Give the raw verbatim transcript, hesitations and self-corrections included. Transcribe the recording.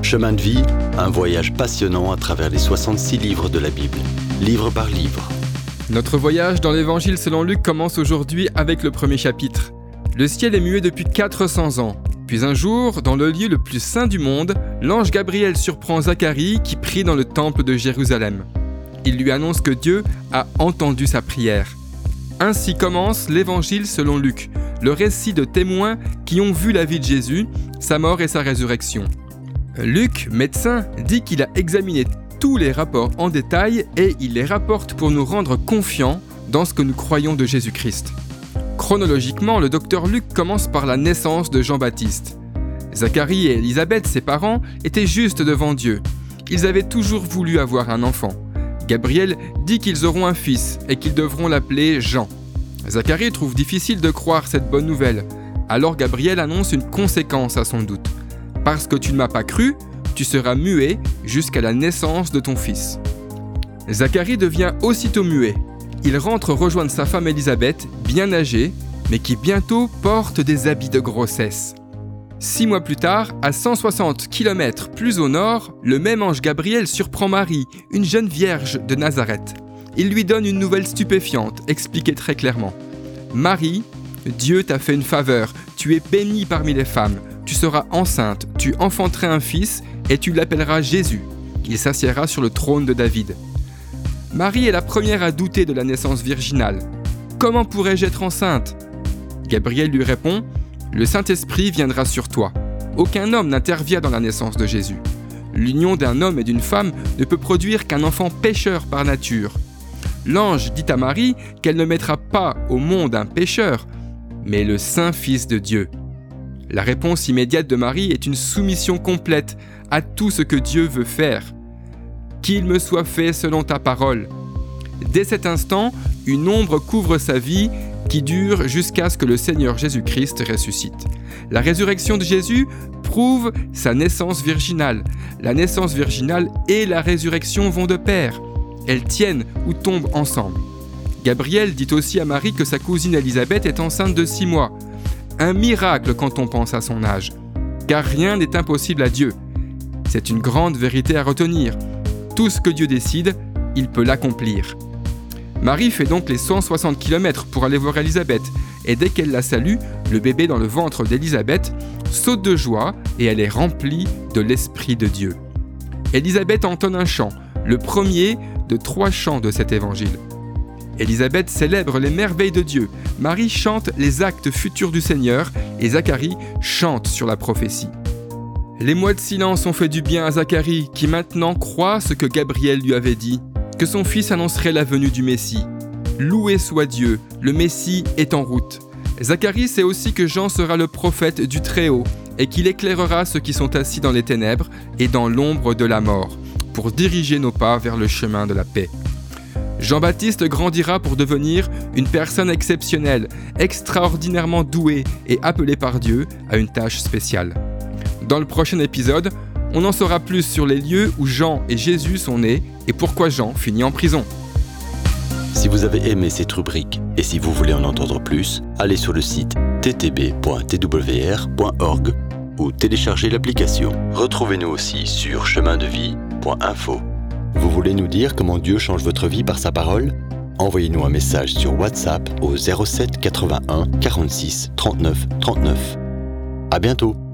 Chemin de vie, un voyage passionnant à travers les soixante-six livres de la Bible, livre par livre. Notre voyage dans l'Évangile selon Luc commence aujourd'hui avec le premier chapitre. Le ciel est muet depuis quatre cents ans. Puis un jour, dans le lieu le plus saint du monde, l'ange Gabriel surprend Zacharie qui prie dans le temple de Jérusalem. Il lui annonce que Dieu a entendu sa prière. Ainsi commence l'Évangile selon Luc, le récit de témoins qui ont vu la vie de Jésus, sa mort et sa résurrection. Luc, médecin, dit qu'il a examiné tous les rapports en détail et il les rapporte pour nous rendre confiants dans ce que nous croyons de Jésus-Christ. Chronologiquement, le docteur Luc commence par la naissance de Jean-Baptiste. Zacharie et Élisabeth, ses parents, étaient justes devant Dieu. Ils avaient toujours voulu avoir un enfant. Gabriel dit qu'ils auront un fils et qu'ils devront l'appeler Jean. Zacharie trouve difficile de croire cette bonne nouvelle. Alors Gabriel annonce une conséquence à son doute. « Parce que tu ne m'as pas cru, tu seras muet jusqu'à la naissance de ton fils. » Zacharie devient aussitôt muet. Il rentre rejoindre sa femme Élisabeth, bien âgée, mais qui bientôt porte des habits de grossesse. Six mois plus tard, à cent soixante kilomètres plus au nord, le même ange Gabriel surprend Marie, une jeune vierge de Nazareth. Il lui donne une nouvelle stupéfiante, expliquée très clairement. « Marie, Dieu t'a fait une faveur, tu es bénie parmi les femmes. Tu seras enceinte, tu enfanteras un fils et tu l'appelleras Jésus. Il s'assiera sur le trône de David. » Marie est la première à douter de la naissance virginale. « Comment pourrais-je être enceinte ?» Gabriel lui répond « Le Saint-Esprit viendra sur toi. Aucun homme n'intervient dans la naissance de Jésus. L'union d'un homme et d'une femme ne peut produire qu'un enfant pécheur par nature. L'ange dit à Marie qu'elle ne mettra pas au monde un pécheur, mais le Saint Fils de Dieu. » La réponse immédiate de Marie est une soumission complète à tout ce que Dieu veut faire. « Qu'il me soit fait selon ta parole. » Dès cet instant, une ombre couvre sa vie qui dure jusqu'à ce que le Seigneur Jésus-Christ ressuscite. La résurrection de Jésus prouve sa naissance virginale. La naissance virginale et la résurrection vont de pair. Elles tiennent ou tombent ensemble. Gabriel dit aussi à Marie que sa cousine Élisabeth est enceinte de six mois. Un miracle quand on pense à son âge, car rien n'est impossible à Dieu. C'est une grande vérité à retenir. Tout ce que Dieu décide, il peut l'accomplir. Marie fait donc les cent soixante kilomètres pour aller voir Élisabeth, et dès qu'elle la salue, le bébé dans le ventre d'Élisabeth saute de joie et elle est remplie de l'Esprit de Dieu. Élisabeth entonne un chant, le premier de trois chants de cet évangile. Élisabeth célèbre les merveilles de Dieu, Marie chante les actes futurs du Seigneur et Zacharie chante sur la prophétie. Les mois de silence ont fait du bien à Zacharie qui maintenant croit ce que Gabriel lui avait dit, que son fils annoncerait la venue du Messie. Loué soit Dieu, le Messie est en route. Zacharie sait aussi que Jean sera le prophète du Très-Haut et qu'il éclairera ceux qui sont assis dans les ténèbres et dans l'ombre de la mort, pour diriger nos pas vers le chemin de la paix. Jean-Baptiste grandira pour devenir une personne exceptionnelle, extraordinairement douée et appelée par Dieu à une tâche spéciale. Dans le prochain épisode, on en saura plus sur les lieux où Jean et Jésus sont nés et pourquoi Jean finit en prison. Si vous avez aimé cette rubrique et si vous voulez en entendre plus, allez sur le site t t b point t w r point org ou téléchargez l'application. Retrouvez-nous aussi sur chemin de vie point info. Vous voulez nous dire comment Dieu change votre vie par sa parole ? Envoyez-nous un message sur WhatsApp au zéro sept quatre-vingt-un quarante-six trente-neuf trente-neuf. À bientôt.